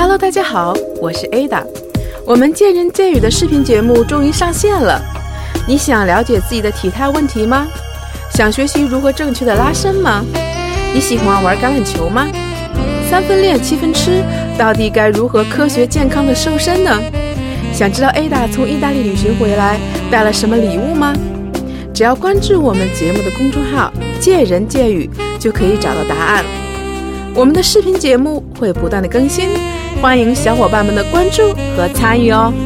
Hello， 大家好，我是 Ada。我们见人见语的视频节目终于上线了。你想了解自己的体态问题吗？想学习如何正确的拉伸吗？你喜欢玩橄榄球吗？3分练7分吃，到底该如何科学健康的瘦身呢？想知道 Ada 从意大利旅行回来带了什么礼物吗？只要关注我们节目的公众号见人见语，就可以找到答案。我们的视频节目会不断的更新，欢迎小伙伴们的关注和参与哦。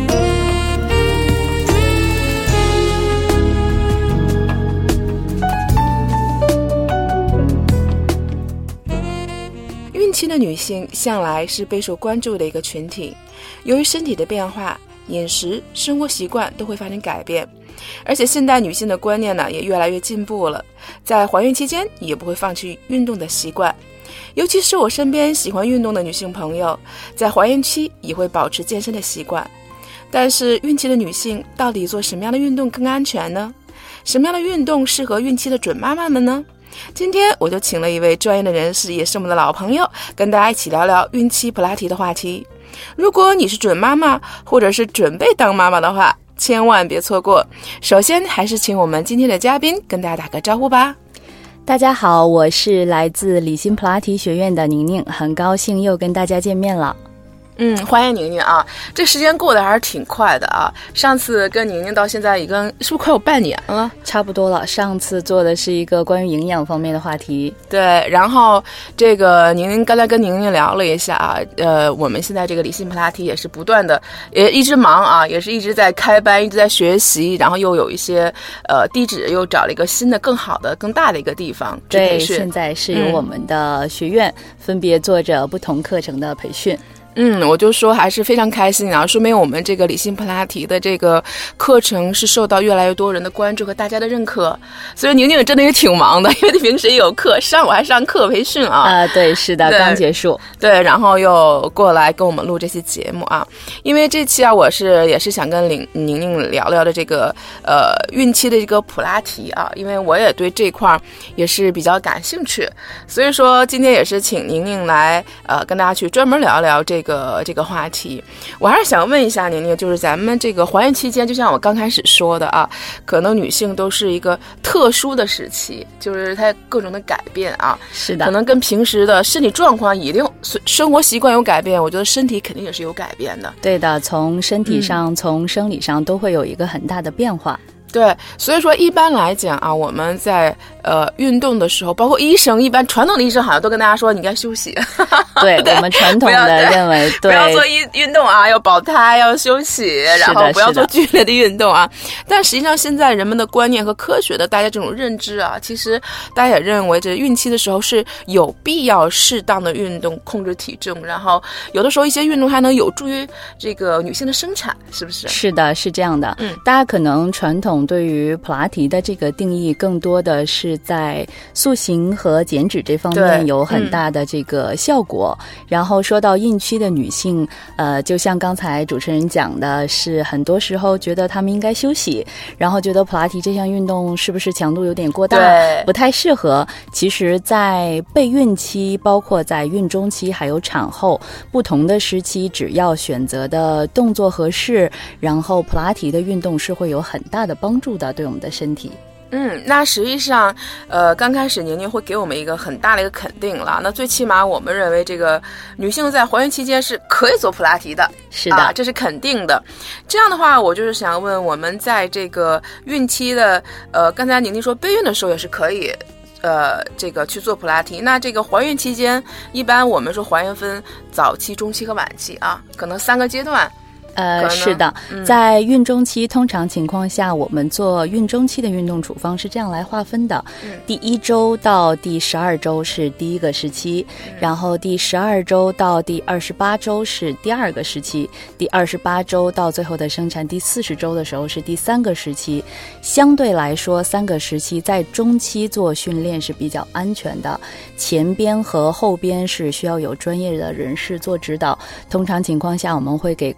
孕期的女性向来是备受关注的一个群体，由于身体的变化，饮食、生活习惯都会发生改变，而且现代女性的观念呢也越来越进步了，在怀孕期间也不会放弃运动的习惯。尤其是我身边喜欢运动的女性朋友，在怀孕期也会保持健身的习惯。但是孕期的女性到底做什么样的运动更安全呢？什么样的运动适合孕期的准妈妈们呢？今天我就请了一位专业的人士，也是我们的老朋友，跟大家一起聊聊孕期普拉提的话题。如果你是准妈妈或者是准备当妈妈的话，千万别错过。首先还是请我们今天的嘉宾跟大家打个招呼吧。 大家好，我是来自理心普拉提学院的宁宁，很高兴又跟大家见面了。 欢迎宁宁啊！这时间过得还是挺快的啊。上次跟宁宁到现在已经是不是快有半年了？ 差不多了。上次做的是一个关于营养方面的话题。 对，然后这个宁宁刚才跟宁宁聊了一下啊，我们现在这个理心普拉提也是不断的，也一直忙啊，也是一直在开班，一直在学习，然后又有一些地址又找了一个新的、更好的、更大的一个地方。 对，现在是由我们的学院分别做着不同课程的培训。 我就说还是非常开心啊，说明我们这个理心普拉提的这个课程是受到越来越多人的关注和大家的认可。所以宁宁真的也挺忙的，因为你平时也有课，上午还上课培训啊。 对，是的，刚结束。 对，然后又过来跟我们录这期节目啊。因为这期啊，也是想跟宁宁聊聊的这个孕期的这个普拉提啊，因为我也对这块也是比较感兴趣，所以说今天也是请宁宁来跟大家去专门聊聊这个话题。我还是想问一下宁宁，就是咱们这个怀孕期间，就像我刚开始说的啊，可能女性都是一个特殊的时期，就是它各种的改变啊。 是的， 可能跟平时的身体状况一定生活习惯有改变，我觉得身体肯定也是有改变的。 对的，从身体上、从生理上都会有一个很大的变化。 对，所以说一般来讲啊，我们在运动的时候，包括医生，一般传统的医生好像都跟大家说你该休息。 对，我们传统的认为，对， 不要做运动啊，要保胎，要休息，然后不要做剧烈的运动啊。但实际上现在人们的观念和科学的大家这种认知啊，其实大家也认为这孕期的时候是有必要适当的运动控制体重，然后有的时候一些运动还能有助于这个女性的生产，是不是？ 是的，是这样的。大家可能传统对于普拉提的这个定义更多的是在塑形和减脂这方面有很大的这个效果。然后说到孕期的女性，就像刚才主持人讲的，是很多时候觉得她们应该休息，然后觉得普拉提这项运动是不是强度有点过大，不太适合。其实在备孕期，包括在孕中期还有产后不同的时期，只要选择的动作合适，然后普拉提的运动是会有很大的帮助的，对我们的身体。 那实际上刚开始宁宁会给我们一个很大的一个肯定了，那最起码我们认为这个女性在怀孕期间是可以做普拉提的。 是的， 这是肯定的。这样的话，我就是想问，我们在这个孕期的刚才宁宁说备孕的时候也是可以这个去做普拉提。那这个怀孕期间，一般我们说怀孕分早期、中期和晚期啊，可能3个阶段。 是的，在孕中期，通常情况下，我们做孕中期的运动处方是这样来划分的：第1周到第12周是第一个时期，然后第12周到第28周是第二个时期，第28周到最后的生产第40周的时候是第3个时期。相对来说，3个时期在中期做训练是比较安全的，前边和后边是需要有专业的人士做指导。通常情况下，我们会给更多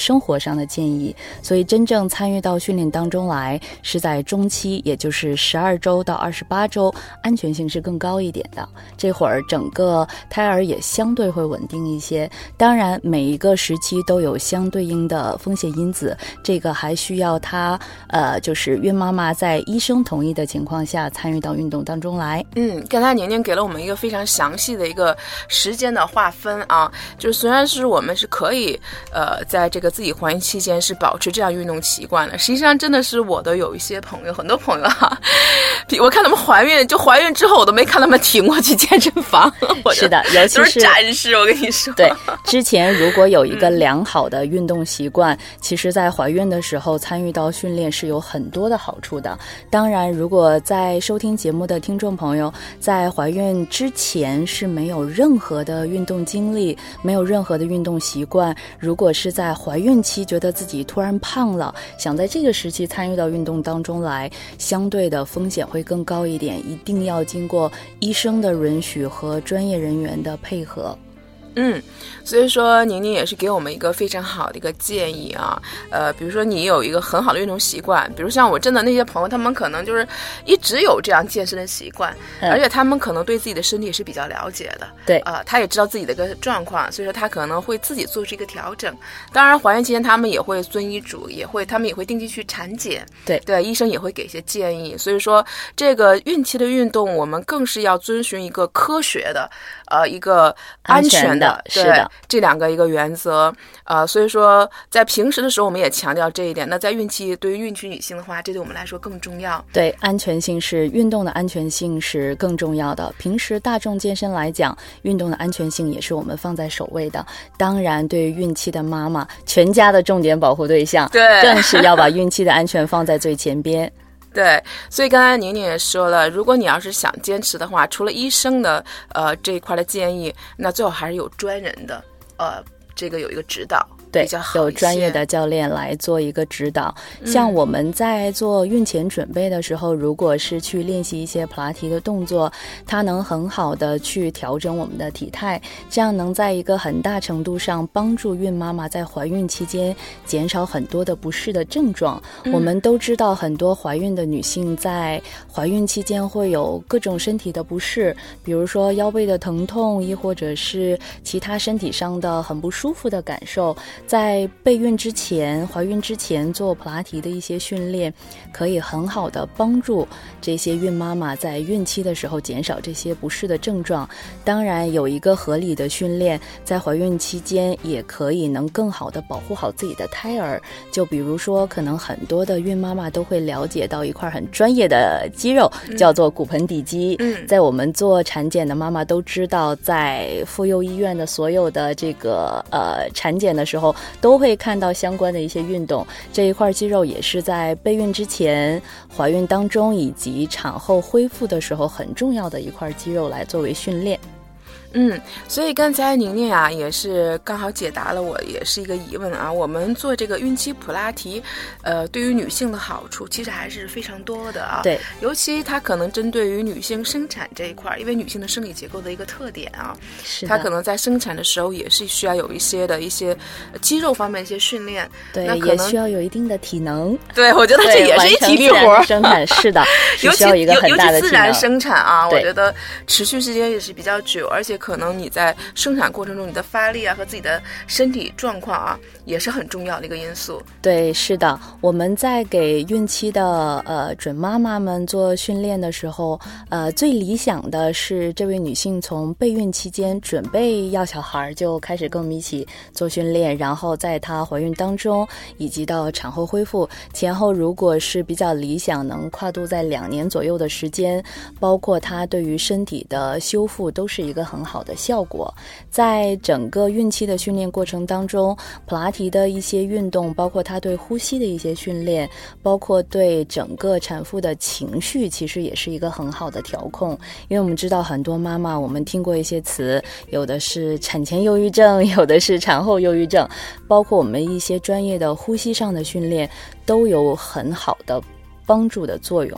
生活上的建议。所以真正参与到训练当中来是在中期，也就是12周到28周，安全性是更高一点的。这会儿整个胎儿也相对会稳定一些。当然每一个时期都有相对应的风险因子，这个还需要他就是孕妈妈在医生同意的情况下参与到运动当中来。 刚才宁宁给了我们一个非常详细的一个时间的划分啊，就是虽然是我们是可以在这个自己怀孕期间是保持这样运动习惯的，实际上真的是我的有一些朋友，很多朋友我看他们怀孕之后我都没看他们停过去健身房。 是的，尤其是都是展示，我跟你说。 对，之前如果有一个良好的运动习惯，其实在怀孕的时候参与到训练是有很多的好处的。当然如果在收听节目的听众朋友在怀孕之前是没有任何的运动经历，没有任何的运动习惯，如果是在怀孕期觉得自己突然胖了，想在这个时期参与到运动当中来，相对的风险会更高一点，一定要经过医生的允许和专业人员的配合。 所以说宁宁也是给我们一个非常好的一个建议啊，比如说你有一个很好的运动习惯，比如像我真的那些朋友，他们可能就是一直有这样健身的习惯，而且他们可能对自己的身体是比较了解的， 对， 他也知道自己的一个状况，所以说他可能会自己做出一个调整。当然怀孕期间他们也会遵医嘱，他们也会定期去产检，对，医生也会给一些建议。所以说这个孕期的运动我们更是要遵循一个科学的一个安全的， 是的， 这两个一个原则。所以说在平时的时候我们也强调这一点，那在孕期对于孕期女性的话，这对我们来说更重要。 对，安全性是运动的安全性是更重要的。平时大众健身来讲，运动的安全性也是我们放在首位的。当然对于孕期的妈妈，全家的重点保护对象， 对， 更是要把孕期的安全放在最前边。 对，所以刚才宁宁也说了，如果你要是想坚持的话，除了医生的这一块的建议，那最好还是有专人的这个有一个指导， 对，有专业的教练来做一个指导。像我们在做孕前准备的时候，如果是去练习一些普拉提的动作，它能很好的去调整我们的体态，这样能在一个很大程度上帮助孕妈妈在怀孕期间减少很多的不适的症状。我们都知道很多怀孕的女性在怀孕期间会有各种身体的不适，比如说腰背的疼痛，亦或者是其他身体上的很不舒服的感受。在备孕之前，怀孕之前做普拉提的一些训练，可以很好的帮助这些孕妈妈在孕期的时候减少这些不适的症状。当然有一个合理的训练，在怀孕期间也可以能更好的保护好自己的胎儿。就比如说可能很多的孕妈妈都会了解到一块很专业的肌肉，叫做骨盆底肌。在我们做产检的妈妈都知道，在妇幼医院的所有的这个产检的时候都会看到相关的一些运动，这一块肌肉也是在备孕之前、怀孕当中以及产后恢复的时候很重要的一块肌肉来作为训练。 所以刚才宁宁啊也是刚好解答了我也是一个疑问啊。我们做这个孕期普拉提，对于女性的好处其实还是非常多的啊。 对， 尤其它可能针对于女性生产这一块，因为女性的生理结构的一个特点啊， 是的， 它可能在生产的时候也是需要有一些肌肉方面的一些训练， 对，也需要有一定的体能。 对，我觉得这也是一体力活。 生产是的，是需要一个很大的体能。 尤其自然生产啊，我觉得持续时间也是比较久，而且可能你在生产过程中你的发力啊和自己的身体状况啊也是很重要的一个因素。 对，是的，我们在给孕期的准妈妈们做训练的时候，最理想的是这位女性从备孕期间准备要小孩就开始跟我们一起做训练，然后在她怀孕当中以及到产后恢复前后，如果是比较理想能跨度在2年左右的时间，包括她对于身体的修复都是一个很好的效果。在整个孕期的训练过程当中，普拉提的一些运动，包括她对呼吸的一些训练，包括对整个产妇的情绪，其实也是一个很好的调控。因为我们知道很多妈妈，我们听过一些词，有的是产前忧郁症，有的是产后忧郁症，包括我们一些专业的呼吸上的训练都有很好的帮助的作用。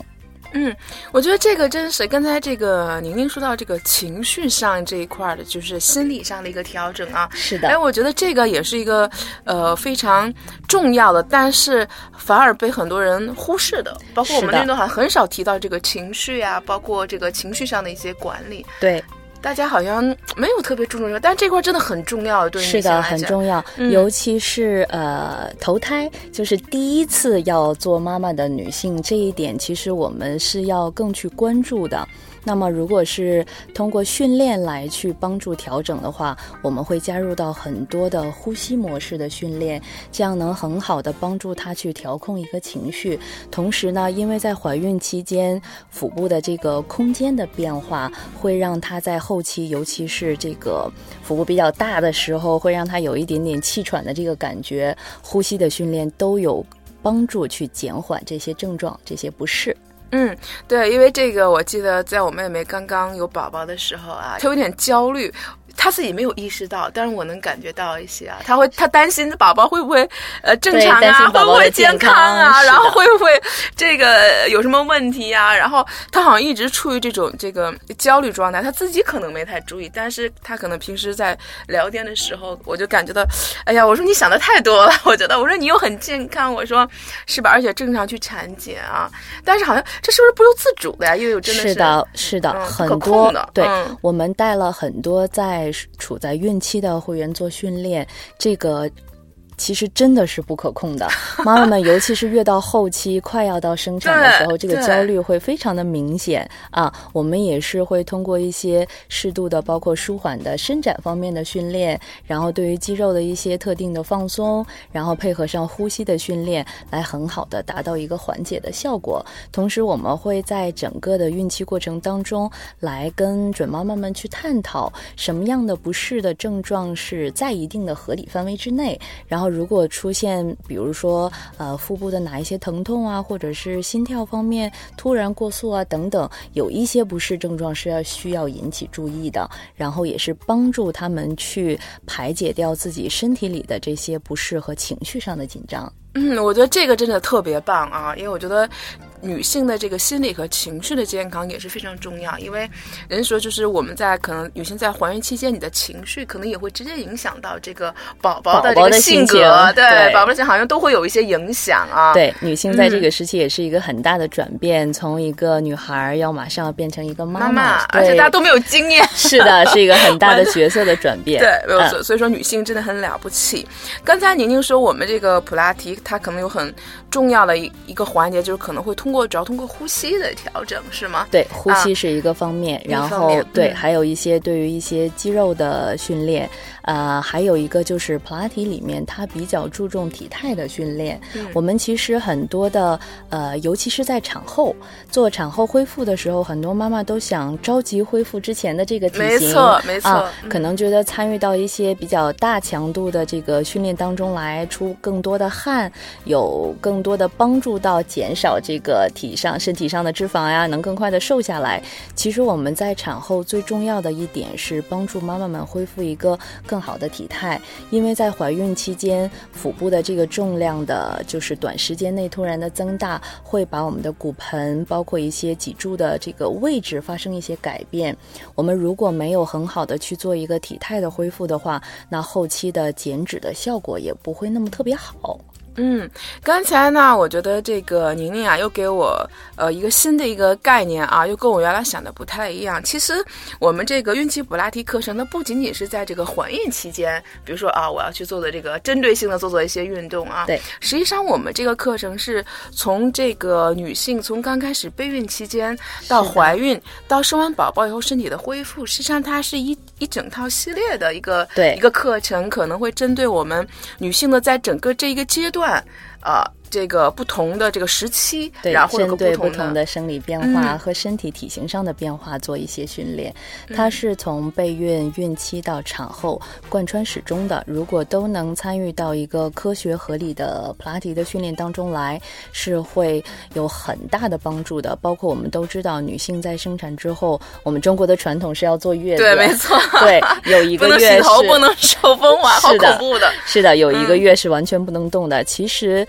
我觉得这个真是刚才这个宁宁说到这个情绪上这一块的，就是心理上的一个调整啊。 是的， 我觉得这个也是一个非常重要的，但是反而被很多人忽视的。包括我们运动还很少提到这个情绪啊，包括这个情绪上的一些管理。 对。 大家好像没有特别注重这个，但这块真的很重要，对女性来讲。 是的，很重要，尤其是头胎，就是第一次要做妈妈的女性，这一点其实我们是要更去关注的。那么如果是通过训练来去帮助调整的话，我们会加入到很多的呼吸模式的训练，这样能很好的帮助她去调控一个情绪。同时呢，因为在怀孕期间腹部的这个空间的变化，会让她在后期，尤其是这个腹部比较大的时候，会让她有一点点气喘的这个感觉，呼吸的训练都有帮助去减缓这些症状，这些不适。 对，因为这个我记得在我妹妹刚刚有宝宝的时候啊，她有点焦虑，她自己没有意识到，但是我能感觉到一些啊，她担心宝宝会不会正常啊，会不会健康啊，然后会不会这个有什么问题啊，然后她好像一直处于这个焦虑状态，她自己可能没太注意，但是她可能平时在聊天的时候，我就感觉到，哎呀，我说你想的太多了，我说你又很健康，我说是吧，而且正常去产检啊，但是好像这是不是不由自主的呀？因为我真的是的，很多的。 对，我们带了很多处在孕期的会员做训练，这个其实真的是不可控的。妈妈们尤其是越到后期快要到生产的时候，这个焦虑会非常的明显啊。我们也是会通过一些适度的包括舒缓的伸展方面的训练，然后对于肌肉的一些特定的放松，然后配合上呼吸的训练，来很好的达到一个缓解的效果。同时我们会在整个的孕期过程当中来跟准妈妈们去探讨什么样的不适的症状是在一定的合理范围之内，然后如果出现比如说腹部的哪一些疼痛啊，或者是心跳方面突然过速啊等等，有一些不适症状是需要引起注意的，然后也是帮助他们去排解掉自己身体里的这些不适和情绪上的紧张。 我觉得这个真的特别棒啊，因为我觉得女性的这个心理和情绪的健康也是非常重要，因为人说就是我们可能女性在怀孕期间，你的情绪可能也会直接影响到这个宝宝的这个性格，对，宝宝的性好像都会有一些影响啊。 对，女性在这个时期也是一个很大的转变，从一个女孩要马上变成一个妈妈， 而且大家都没有经验。 是的，是一个很大的角色的转变。 对，没有错。所以说女性真的很了不起。刚才宁宁说我们这个普拉提它可能有很重要的一个环节，就是可能会主要通过呼吸的调整，是吗？ 对，呼吸是一个方面，然后对，还有一些对于一些肌肉的训练，还有一个就是普拉提里面它比较注重体态的训练。我们其实很多的尤其是在产后做产后恢复的时候，很多妈妈都想着急恢复之前的这个体型， 没错， 可能觉得参与到一些比较大强度的这个训练当中来，出更多的汗，有更多的帮助到减少这个身体上的脂肪呀，能更快的瘦下来。其实我们在产后最重要的一点是帮助妈妈们恢复一个更好的体态，因为在怀孕期间腹部的这个重量的就是短时间内突然的增大，会把我们的骨盆包括一些脊柱的这个位置发生一些改变。我们如果没有很好的去做一个体态的恢复的话，那后期的减脂的效果也不会那么特别好。 刚才呢，我觉得这个宁宁啊，又给我一个新的一个概念啊，又跟我原来想的不太一样。其实我们这个孕期普拉提课程呢，不仅仅是在这个怀孕期间，比如说啊，我要去做的这个针对性的做一些运动啊。 对， 实际上我们这个课程是从这个女性从刚开始备孕期间到怀孕到生完宝宝以后身体的恢复，实际上它是一整套系列的一个课程，可能会针对我们女性的在整个这一个阶段。这个不同的这个时期， 对， 然后针对不同的生理变化和身体体型上的变化做一些训练。它是从备孕、孕期到产后贯穿始终的。如果都能参与到一个科学合理的普拉提的训练当中来，是会有很大的帮助的。包括我们都知道，女性在生产之后，我们中国的传统是要坐月子， 对，没错， 对，有一个月是不能洗头，不能受风，哇，好恐怖的。 是的，有一个月是完全不能动的。其实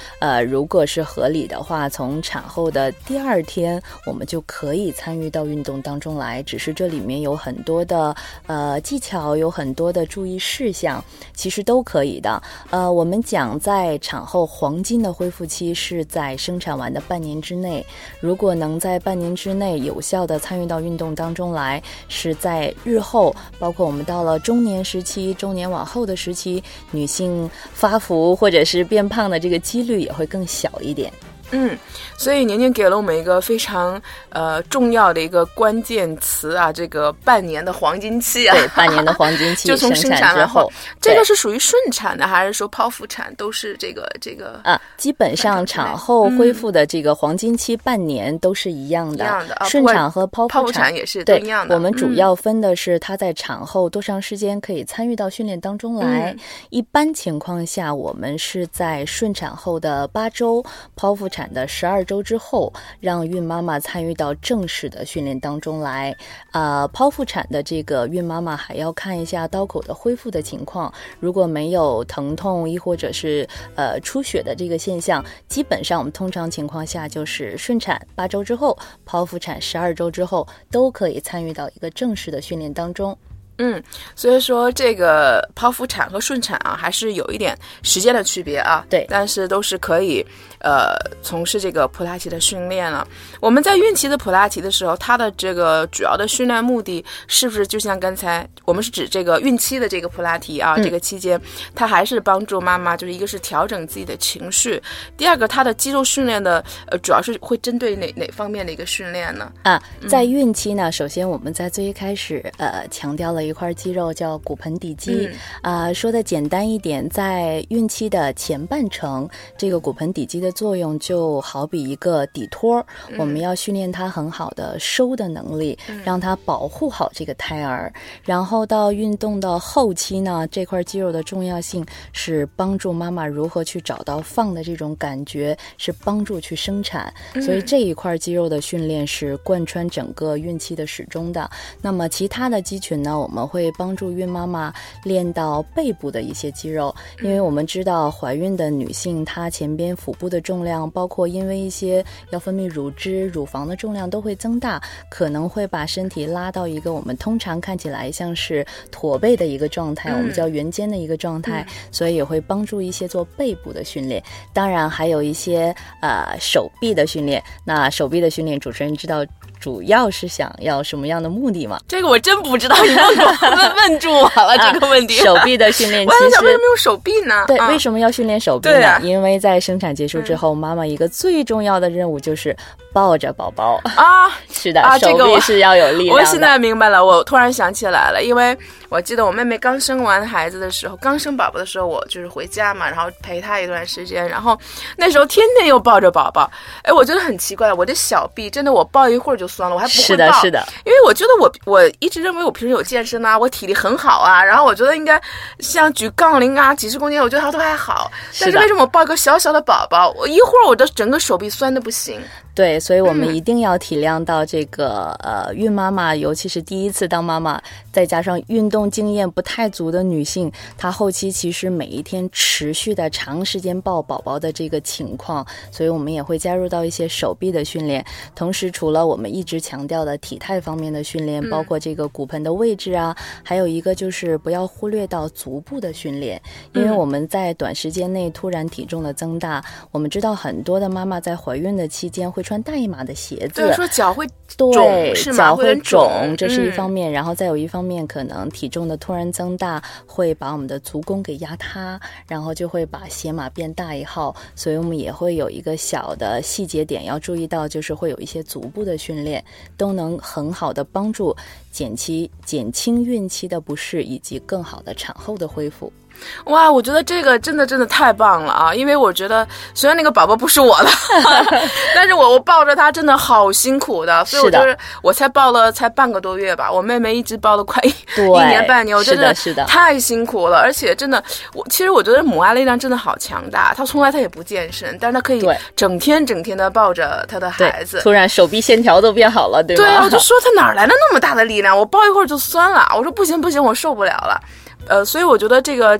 如果是合理的话，从产后的第2天我们就可以参与到运动当中来，只是这里面有很多的技巧，有很多的注意事项，其实都可以的。我们讲在产后黄金的恢复期是在生产完的半年之内，如果能在半年之内有效的参与到运动当中来，是在日后，包括我们到了中年时期、中年往后的时期，女性发福或者是变胖的这个几率也会更小一点。 所以年年给了我们一个非常重要的一个关键词啊，这个半年的黄金期啊。 对，半年的黄金期就从生产之后， 这个是属于顺产的还是说剖腹产？都是这个基本上产后恢复的这个黄金期半年都是一样的，顺产和剖腹产也是都一样的。 我们主要分的是她在产后多长时间可以参与到训练当中来。一般情况下，我们是在顺产后的8周，剖腹产的12周之后，让孕妈妈参与到正式的训练当中来。剖腹产的这个孕妈妈还要看一下刀口的恢复的情况，如果没有疼痛亦或者是出血的这个现象，基本上我们通常情况下就是顺产8周之后，剖腹产12周之后都可以参与到一个正式的训练当中。 所以说这个剖腹产和顺产啊，还是有一点时间的区别啊。 对， 但是都是可以从事这个普拉提的训练了。我们在孕期的普拉提的时候，它的这个主要的训练目的是不是就像刚才我们是指这个孕期的这个普拉提啊，这个期间它还是帮助妈妈，就是一个是调整自己的情绪，第二个它的肌肉训练的主要是会针对哪方面的一个训练呢？ 在孕期呢，首先我们在最一开始强调了一块肌肉叫骨盆底肌。说的简单一点，在孕期的前半程，这个骨盆底肌的作用就好比一个底托，我们要训练它很好的收的能力，让它保护好这个胎儿。然后到运动的后期呢，这块肌肉的重要性是帮助妈妈如何去找到放的这种感觉，是帮助去生产。所以这一块肌肉的训练是贯穿整个孕期的始终的。那么其他的肌群呢，我们会帮助孕妈妈练到背部的一些肌肉，因为我们知道怀孕的女性她前边腹部的重量，包括因为一些要分泌乳汁，乳房的重量都会增大，可能会把身体拉到一个我们通常看起来像是驼背的一个状态，我们叫圆肩的一个状态，所以也会帮助一些做背部的训练。当然还有一些手臂的训练。那手臂的训练，主持人知道主要是想要什么样的目的吗？ 这个我真不知道，你问住我了这个问题。 手臂的训练其实我想为什么用手臂呢？ 对，为什么要训练手臂呢？因为在生产结束之后，妈妈一个最重要的任务就是抱着宝宝啊。是的，手臂是要有力量的。 我现在明白了，我突然想起来了，因为我记得我妹妹刚生完孩子的时候，刚生宝宝的时候，我就是回家嘛，然后陪她一段时间，然后那时候天天又抱着宝宝。我觉得很奇怪，我这小臂真的我抱一会儿就酸了，我还不会抱。 是的， 因为我觉得我一直认为我平时有健身啊，我体力很好啊，然后我觉得应该像举杠铃啊，几十公斤，我觉得它都还好。但是为什么我抱一个小小的宝宝，我一会儿我的整个手臂酸的不行？ 对，所以我们一定要体谅到这个孕妈妈，尤其是第一次当妈妈，再加上运动经验不太足的女性，她后期其实每一天持续的长时间抱宝宝的这个情况，所以我们也会加入到一些手臂的训练。同时除了我们一直强调的体态方面的训练，包括这个骨盆的位置啊，还有一个就是不要忽略到足部的训练，因为我们在短时间内突然体重的增大，我们知道很多的妈妈在怀孕的期间会穿大一码的鞋子， 对，说脚会肿， 是吗？ 脚会肿，这是一方面，然后再有一方面可能体重的突然增大会把我们的足弓给压塌，然后就会把鞋码变大一号，所以我们也会有一个小的细节点要注意到，就是会有一些足部的训练都能很好的帮助减轻孕期的不适以及更好的产后的恢复。 哇，我觉得这个真的太棒了啊！因为我觉得虽然那个宝宝不是我的但是我抱着他真的好辛苦的，所以我才抱了才半个多月吧，我妹妹一直抱了快一年半年，我真的太辛苦了。而且真的其实我觉得母爱力量真的好强大，她从来她也不健身，但是她可以整天的抱着她的孩子， 突然手臂线条都变好了，对吗？ 对啊，我就说她哪来的那么大的力量，我抱一会儿就酸了，我说不行我受不了了。所以我觉得这个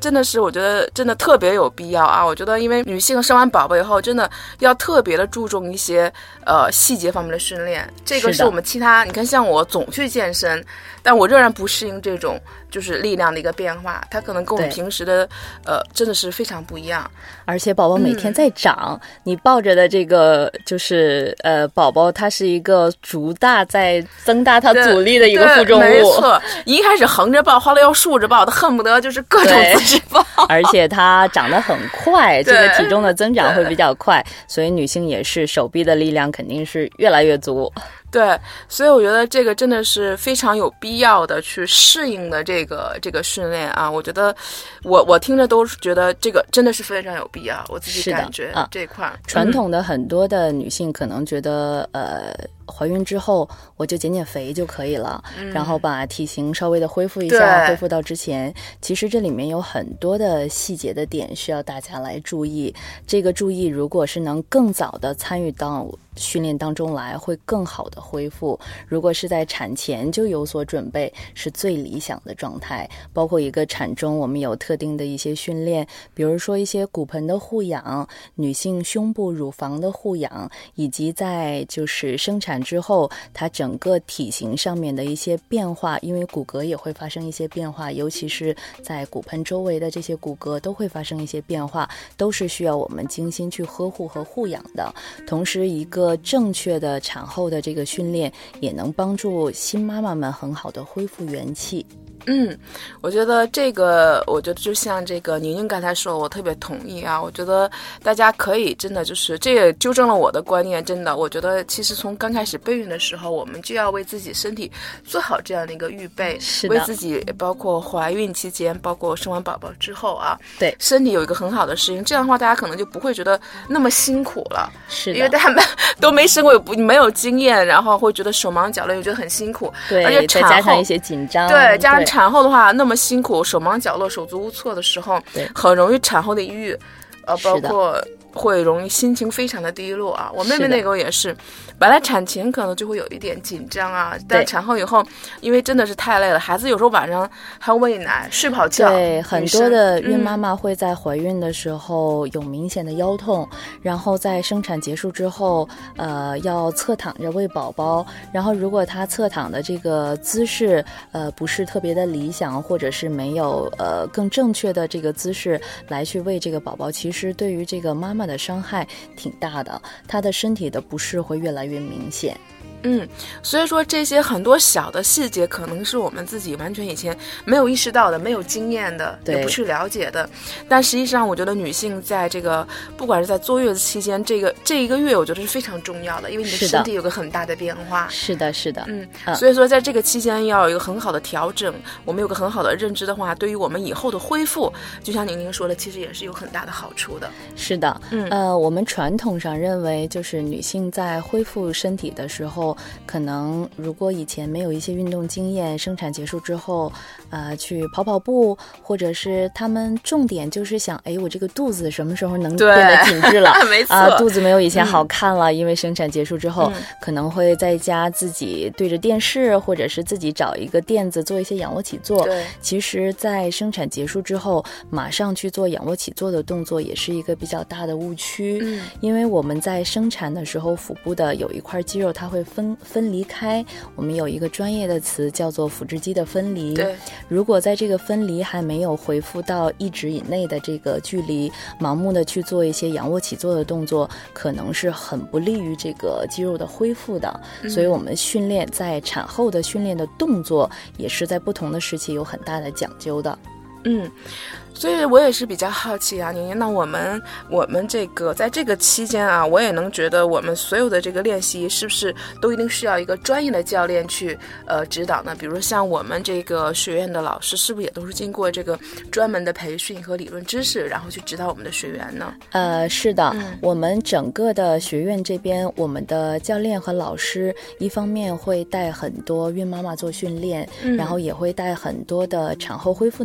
真的是我觉得真的特别有必要啊！我觉得因为女性生完宝宝以后，真的要特别的注重一些细节方面的训练，这个是我们其他你看像我总去健身，但我仍然不适应这种就是力量的一个变化，它可能跟我们平时的真的是非常不一样。 而且宝宝每天在长，你抱着的这个就是宝宝它是一个逐大在增大它阻力的一个负重物， 没错，一开始横着抱，后来要竖着抱，它恨不得就是各种姿势抱， 而且它长得很快，这个体重的增长会比较快，所以女性也是手臂的力量肯定是越来越足。 对，所以我觉得这个真的是非常有必要的去适应的这个训练啊！我觉得我听着都觉得这个真的是非常有必要，我自己感觉这一块。 传统的很多的女性可能觉得怀孕之后我就减减肥就可以了，然后把体型稍微的恢复一下，恢复到之前。其实这里面有很多的细节的点需要大家来注意，这个注意如果是能更早的参与到训练当中来，会更好的恢复。如果是在产前就有所准备，是最理想的状态。包括一个产中我们有特定的一些训练，比如说一些骨盆的护养，女性胸部乳房的护养，以及在就是生产之后它整个体型上面的一些变化，因为骨骼也会发生一些变化，尤其是在骨盆周围的这些骨骼都会发生一些变化，都是需要我们精心去呵护和护养的。同时一个正确的产后的这个训练也能帮助新妈妈们很好的恢复元气。 我觉得就像这个宁宁刚才说，我特别同意啊。我觉得大家可以真的就是这也纠正了我的观念，真的，我觉得其实从刚开始备孕的时候，我们就要为自己身体做好这样的一个预备，为自己包括怀孕期间，包括生完宝宝之后啊， 对身体有一个很好的适应，这样的话大家可能就不会觉得那么辛苦了。 是的， 因为大家都没生过，没有经验，然后会觉得手忙脚乱，又觉得很辛苦。 对， 而且再加上一些紧张， 对，加上产后的话那么辛苦，手忙脚乱，手足无措的时候，很容易产后的抑郁，包括会容易心情非常的低落啊。我妹妹那个也是，本来产前可能就会有一点紧张啊，但产后以后，因为真的是太累了，孩子有时候晚上还要喂奶，睡不好觉。 对，很多的孕妈妈会在怀孕的时候有明显的腰痛，然后在生产结束之后，要侧躺着喂宝宝，然后如果她侧躺的这个姿势，不是特别的理想，或者是没有更正确的这个姿势来去喂这个宝宝，其实对于这个妈妈的伤害挺大的，她的身体的不适会越来越明显。 所以说这些很多小的细节可能是我们自己完全以前没有意识到的，没有经验的，也不去了解的。但实际上我觉得女性在这个不管是在坐月子期间，这一个月我觉得是非常重要的，因为你的身体有个很大的变化。 是的是的， 所以说在这个期间要有一个很好的调整，我们有个很好的认知的话，对于我们以后的恢复，就像宁说的，其实也是有很大的好处的。 是的，我们传统上认为就是女性在恢复身体的时候，可能如果以前没有一些运动经验，生产结束之后去跑跑步，或者是他们重点就是想我这个肚子什么时候能变得紧致了没错， 肚子没有以前好看了，因为生产结束之后可能会在家自己对着电视，或者是自己找一个垫子做一些仰卧起坐。 对， 其实在生产结束之后马上去做仰卧起坐的动作也是一个比较大的误区。因为我们在生产的时候腹部的有一块肌肉它会分离开，我们有一个专业的词叫做腹直肌的分离。 对， 如果在这个分离还没有恢复到1指以内的这个距离，盲目的去做一些仰卧起坐的动作，可能是很不利于这个肌肉的恢复的。所以我们训练在产后的训练的动作也是在不同的时期有很大的讲究的。 所以我也是比较好奇啊，宁宁，那我们这个在这个期间啊，我也能觉得我们所有的这个练习是不是都一定需要一个专业的教练去指导呢？比如像我们这个学院的老师，是不是也都是经过这个专门的培训和理论知识，然后去指导我们的学员呢？ 是的，我们整个的学院这边，我们的教练和老师一方面会带很多孕妈妈做训练，然后也会带很多的产后恢复的女性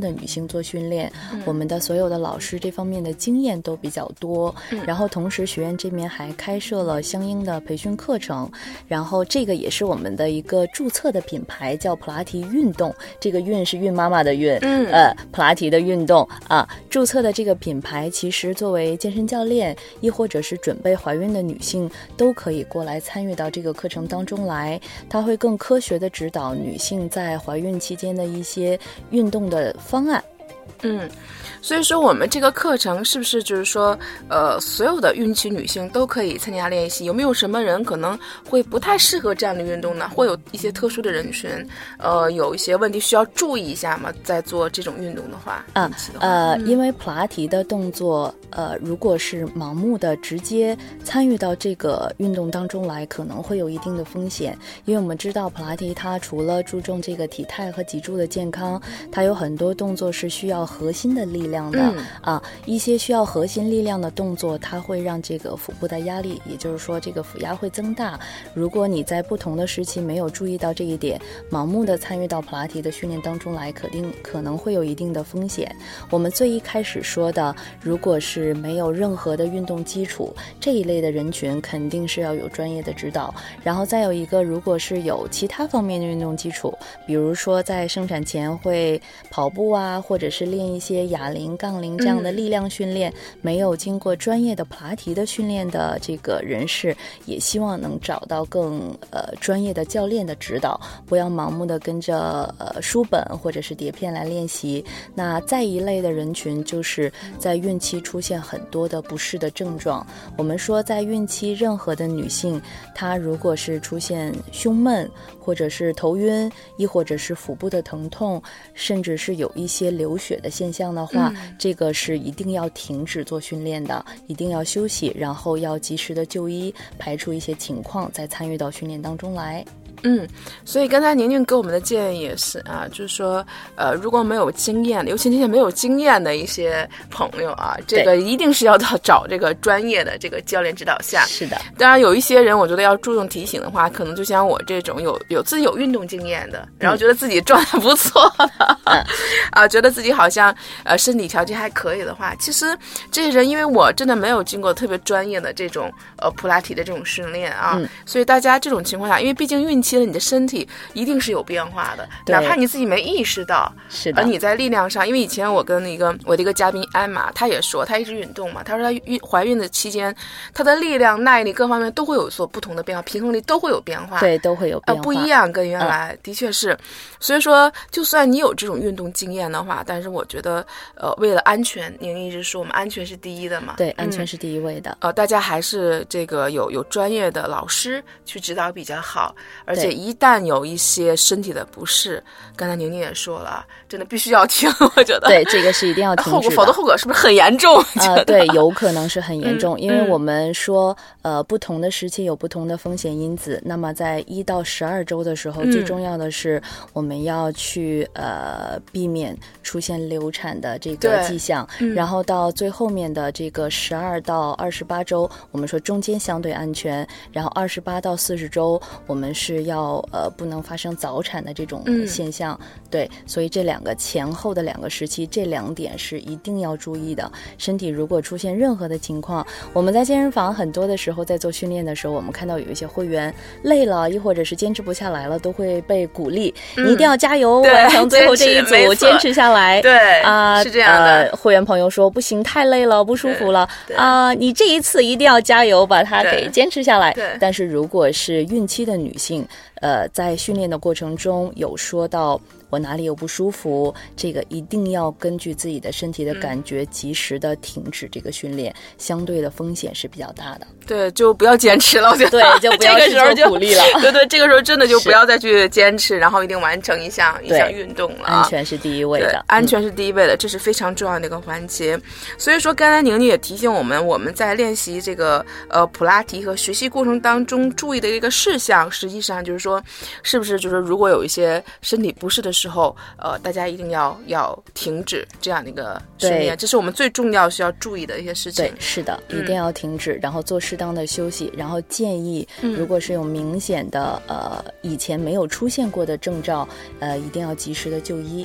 境做训练，我们的所有的老师这方面的经验都比较多，然后同时学院这边还开设了相应的培训课程，然后这个也是我们的一个注册的品牌，叫普拉提运动，这个运是孕妈妈的运，普拉提的运动啊，注册的这个品牌其实作为健身教练亦或者是准备怀孕的女性都可以过来参与到这个课程当中来，它会更科学的指导女性在怀孕期间的一些运动的方案。 所以说我们这个课程是不是就是说所有的孕期女性都可以参加练习？有没有什么人可能会不太适合这样的运动呢？会有一些特殊的人群有一些问题需要注意一下吗？在做这种运动的话因为普拉提的动作如果是盲目的直接参与到这个运动当中来，可能会有一定的风险。因为我们知道普拉提它除了注重这个体态和脊柱的健康，它有很多动作是需要核心的力量的一些需要核心力量的动作，它会让这个腹部的压力，也就是说这个腹压会增大。如果你在不同的时期没有注意到这一点，盲目的参与到普拉提的训练当中来，可能会有一定的风险。我们最一开始说的，如果是没有任何的运动基础，这一类的人群肯定是要有专业的指导。然后再有一个，如果是有其他方面的运动基础，比如说在生产前会跑步啊，或者是练一些哑铃、杠铃这样的力量训练，没有经过专业的普拉提的训练的这个人士，也希望能找到更专业的教练的指导，不要盲目的跟着书本或者是碟片来练习。那再一类的人群就是在孕期出现很多的不适的症状。我们说在孕期任何的女性，她如果是出现胸闷或者是头晕，亦或者是腹部的疼痛，甚至是有一些流血的现象的话，这个是一定要停止做训练的，一定要休息，然后要及时的就医，排除一些情况再参与到训练当中来。 所以刚才宁宁给我们的建议也是啊，就是说如果没有经验，尤其那些没有经验的一些朋友啊，这个一定是要找这个专业的这个教练指导下。 是的， 当然有一些人我觉得要注重提醒的话，可能就像我这种有自己有运动经验的，然后觉得自己状态不错的觉得自己好像身体条件还可以的话，其实这些人因为我真的没有经过特别专业的这种普拉提的这种训练啊，所以大家这种情况下，因为毕竟孕期你的身体一定是有变化的，哪怕你自己没意识到。 是的。 而你在力量上，因为以前我跟我的一个嘉宾艾玛，她也说，她一直运动嘛，她说她怀孕的期间，她的力量、耐力各方面都会有所不同的变化，平衡力都会有变化。 对，都会有变化， 不一样，跟原来的确是。所以说，就算你有这种运动经验的话，但是我觉得为了安全，您一直说我们安全是第一的嘛。 对，安全是第一位的。 大家还是这个有专业的老师去指导比较好，而且一旦有一些身体的不适，刚才宁宁也说了，真的必须要听，我觉得。 对，这个是一定要停止的， 否则后果是不是很严重？ 对，有可能是很严重，因为我们说不同的时期有不同的风险因子。那么在1到12周的时候，最重要的是我们要去避免出现流产的这个迹象，然后到最后面的这个12到28周，我们说中间相对安全，然后28到40周，我们是要不能发生早产的这种现象。对，所以这两个前后的2个时期，这2点是一定要注意的。身体如果出现任何的情况，我们在健身房很多的时候在做训练的时候，我们看到有一些会员累了，亦或者是坚持不下来了，都会被鼓励，你一定要加油，完成最后这一组，坚持下来。 对是这样的。 会员朋友说不行，太累了，不舒服了你这一次一定要加油，把它给坚持下来。但是如果是孕期的女性，在训练的过程中有说到我哪里有不舒服，这个一定要根据自己的身体的感觉及时的停止这个训练，相对的风险是比较大的。 对，就不要坚持了，我觉得。 对，就不要去做鼓励了。 对，这个时候真的就不要再去坚持，然后一定完成一项运动了。 安全是第一位的， 安全是第一位的，这是非常重要的一个环节。所以说，刚才宁宁也提醒我们在练习这个普拉提和学习过程当中注意的一个事项，实际上就是说，是不是就是如果有一些身体不适的时候，大家一定要停止这样的一个训练，这是我们最重要需要注意的一些事情。 对，是的，一定要停止，然后做适当的休息，然后建议如果是有明显的以前没有出现过的征兆，一定要及时的就医。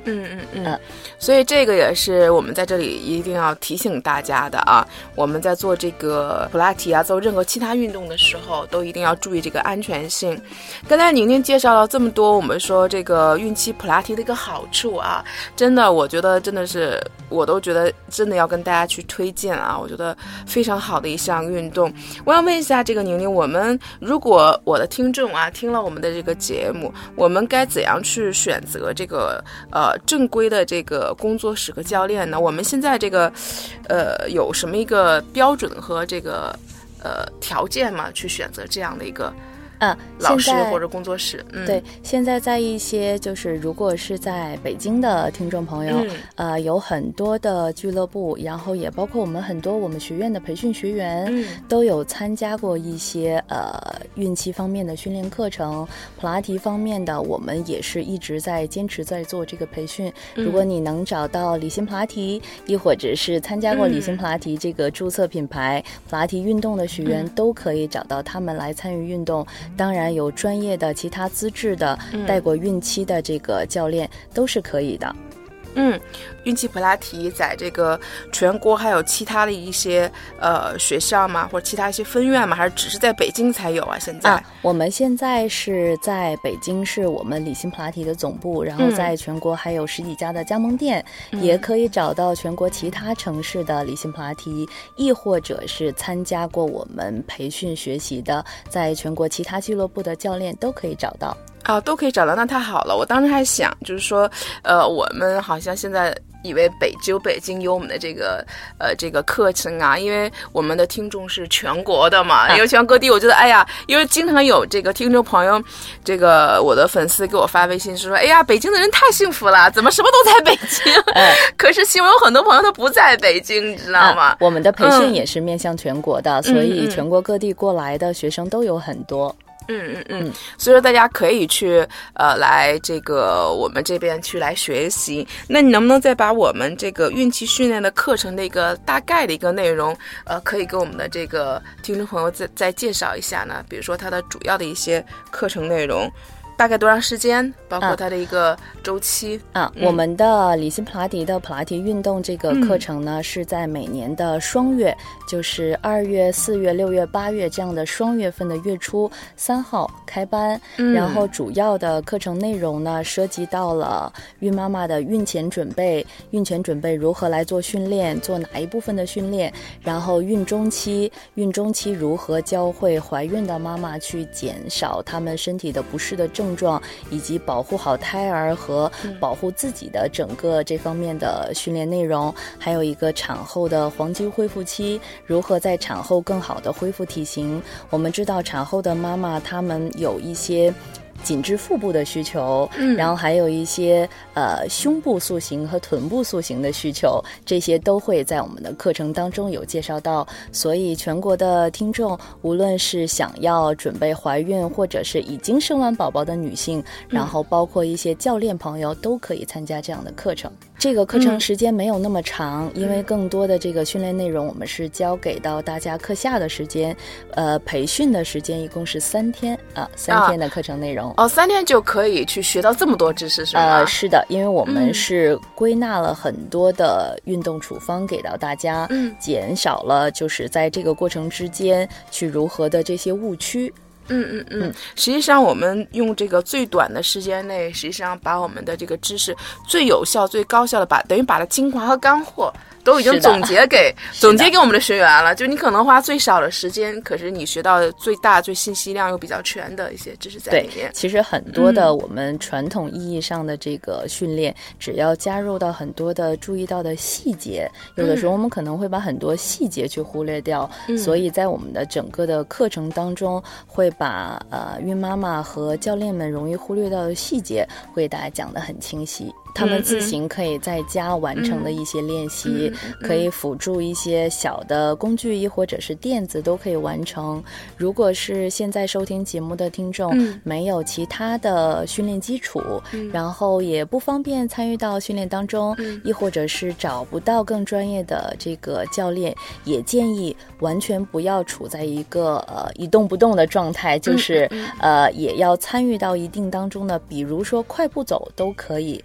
所以这个也是我们在这里一定要提醒大家的啊，我们在做这个普拉提啊，做任何其他运动的时候都一定要注意这个安全性。刚才宁宁介绍了这么多，我们说这个孕期普拉提的一个好处啊，真的我觉得真的是我都觉得真的要跟大家去推荐啊，我觉得非常好的一项运动。我要问一下这个宁宁，我们如果我的听众啊听了我们的这个节目，我们该怎样去选择这个正规的这个工作室和教练呢？我们现在这个有什么一个标准和这个条件吗？去选择这样的一个老师或者工作室。 对，现在在一些就是如果是在北京的听众朋友，有很多的俱乐部，然后也包括我们很多我们学院的培训学员，都有参加过一些孕期方面的训练课程，普拉提方面的我们也是一直在坚持在做这个培训。如果你能找到理心普拉提，亦或者是参加过理心普拉提这个注册品牌普拉提运动的学员，都可以找到他们来参与运动。当然有专业的其他资质的带过孕期的这个教练都是可以的。 孕期普拉提在这个全国还有其他的一些学校吗？或者其他一些分院吗？还是只是在北京才有啊？现在我们现在是在北京，是我们理心普拉提的总部，然后在全国还有10几家的加盟店，也可以找到全国其他城市的理心普拉提，亦或者是参加过我们培训学习的，在全国其他俱乐部的教练都可以找到。 都可以找到，那太好了。我当时还想就是说我们好像现在以为只有北京有我们的这个课程啊，因为我们的听众是全国的嘛，因为全国各地，我觉得因为经常有这个听众朋友，这个我的粉丝给我发微信说北京的人太幸福了，怎么什么都在北京可是其实有很多朋友他不在北京，你知道吗？ 我们的培训也是面向全国的，所以全国各地过来的学生都有很多。 所以说大家可以去来这个我们这边去来学习。那你能不能再把我们这个孕期训练的课程的一个大概的一个内容可以给我们的这个听众朋友再介绍一下呢？比如说它的主要的一些课程内容大概多长时间，包括它的一个周期我们的理心普拉提的普拉提运动这个课程呢，是在每年的双月，就是2月、4月、6月、8月这样的双月份的月初3号开班。然后主要的课程内容呢，涉及到了孕妈妈的孕前准备如何来做训练，做哪一部分的训练，然后孕中期如何教会怀孕的妈妈去减少她们身体的不适的症状，以及保护好胎儿和保护自己的整个这方面的训练内容。还有一个产后的黄金恢复期，如何在产后更好的恢复体型。我们知道产后的妈妈她们有一些紧致腹部的需求，然后还有一些胸部塑形和臀部塑形的需求，这些都会在我们的课程当中有介绍到。所以全国的听众，无论是想要准备怀孕，或者是已经生完宝宝的女性，然后包括一些教练朋友，都可以参加这样的课程。这个课程时间没有那么长，因为更多的这个训练内容我们是交给到大家课下的时间，培训的时间一共是3天3天的课程内容。 3天就可以去学到这么多知识是吗？ 是的，因为我们是归纳了很多的运动处方给到大家，减少了就是在这个过程之间去如何的这些误区。 实际上我们用这个最短的时间内，实际上把我们的这个知识最有效最高效的等于把它精华和干货都已经总结给我们的学员了。就你可能花最少的时间，可是你学到最大最信息量又比较全的一些知识在里面。 对，其实很多的我们传统意义上的这个训练，只要加入到很多的注意到的细节，有的时候我们可能会把很多细节去忽略掉，所以在我们的整个的课程当中，会把孕妈妈和教练们容易忽略到的细节，会给大家讲得很清晰。他们自行可以在家完成的一些练习，可以辅助一些小的工具，亦或者是垫子都可以完成。如果是现在收听节目的听众，没有其他的训练基础，然后也不方便参与到训练当中，亦或者是找不到更专业的这个教练，也建议完全不要处在一个一动不动的状态，就是也要参与到一定当中的，比如说快步走都可以参与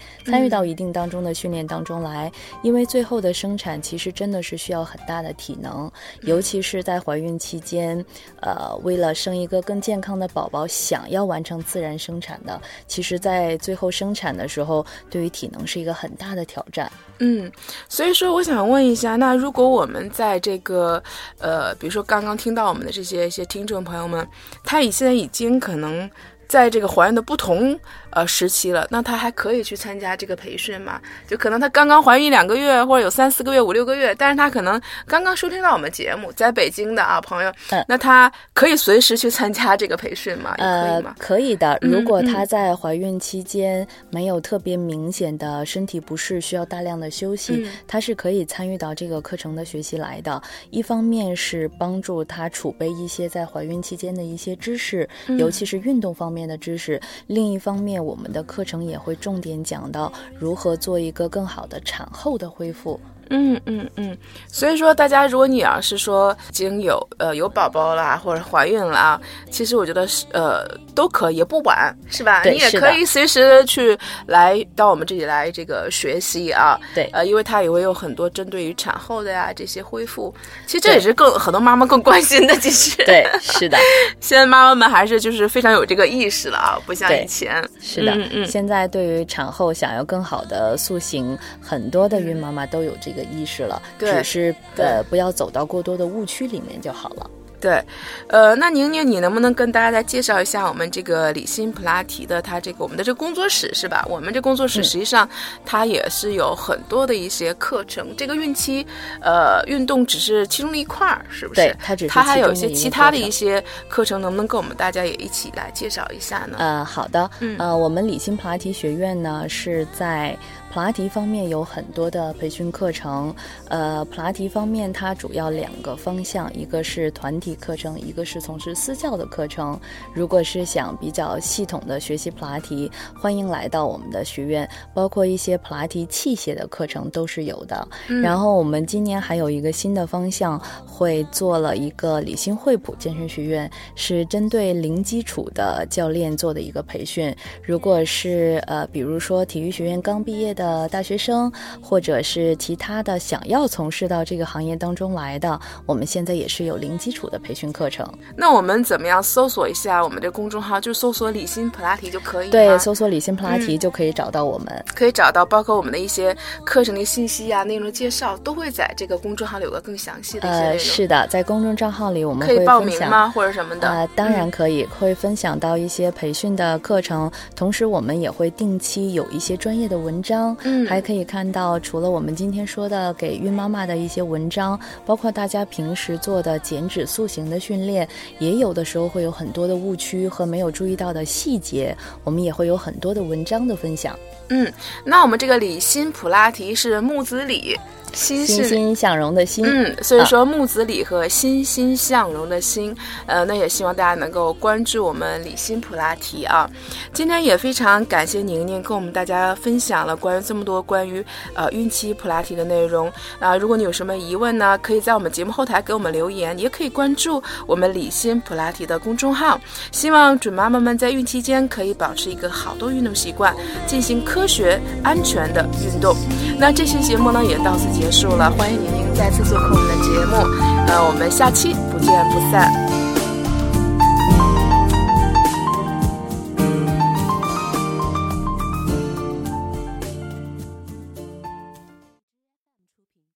参与到一定当中的训练当中来，因为最后的生产其实真的是需要很大的体能，尤其是在怀孕期间，为了生一个更健康的宝宝，想要完成自然生产的，其实在最后生产的时候，对于体能是一个很大的挑战。 所以说我想问一下，那如果我们在这个比如说刚刚听到我们的这些一些听众朋友们，他现在已经可能在这个怀孕的不同时期了，那他还可以去参加这个培训吗？就可能他刚刚怀孕2个月，或者有3、4个月、5、6个月，但是他可能刚刚收听到我们节目，在北京的朋友，那他可以随时去参加这个培训吗？也可以吗？ 可以的。如果他在怀孕期间没有特别明显的身体不适，需要大量的休息，他是可以参与到这个课程的学习来的。一方面是帮助他储备一些在怀孕期间的一些知识，尤其是运动方面的知识，另一方面我们的课程也会重点讲到如何做一个更好的产后的恢复。 所以说大家如果你要是说已经有宝宝啦，或者怀孕了其实我觉得都可以，也不晚，是吧？你也可以随时去来到我们这里来这个学习对， 因为它也会有很多针对于产后的这些恢复，其实这也是很多妈妈更关心的。其实对，是的， 现在妈妈们还是就是非常有这个意识了不像以前。 是的，现在对于产后想要更好的塑形，很多的孕妈妈都有这个意识了，只是不要走到过多的误区里面就好了。 对，那宁宁，你能不能跟大家再介绍一下我们这个理心普拉提的我们的这个工作室，是吧？我们这工作室实际上它也是有很多的一些课程，这个孕期运动只是其中的一块，是不是？ 对， 它还有一些其他的一些课程，能不能跟我们大家也一起来介绍一下呢？ 好的，我们理心普拉提学院呢是在普拉提方面有很多的培训课程，普拉提方面它主要2个方向，一个是团体课程，一个是从事私教的课程。如果是想比较系统的学习普拉提，欢迎来到我们的学院，包括一些普拉提器械的课程都是有的。然后我们今年还有一个新的方向，会做了一个理心惠普健身学院，是针对零基础的教练做的一个培训。如果是比如说体育学院刚毕业的大学生，或者是其他的想要从事到这个行业当中来的，我们现在也是有零基础的培训课程。 那我们怎么样搜索一下我们的公众号，就搜索理心普拉提就可以吗？ 对，搜索理心普拉提就可以找到我们， 可以找到包括我们的一些课程的信息内容介绍都会在这个公众号里有个更详细的一些内容。 是的，在公众账号里我们会可以报名吗？或者什么的？ 当然可以，会分享到一些培训的课程，同时我们也会定期有一些专业的文章，还可以看到除了我们今天说的给孕妈妈的一些文章，包括大家平时做的减脂塑形的训练，也有的时候会有很多的误区和没有注意到的细节，我们也会有很多的文章的分享。 那我们这个理心普拉提是木子李， 欣欣向荣的欣， 所以说木子李和欣欣向荣的欣，那也希望大家能够关注我们理心普拉提今天也非常感谢宁宁跟我们大家分享了关于这么多关于孕期普拉提的内容如果你有什么疑问呢，可以在我们节目后台给我们留言，也可以关注我们理心普拉提的公众号。希望准妈妈们在孕期间可以保持一个好的运动习惯，进行科学安全的运动。那这期节目呢也到此结束了，欢迎宁宁再次做客我们的节目，我们下期不见不散。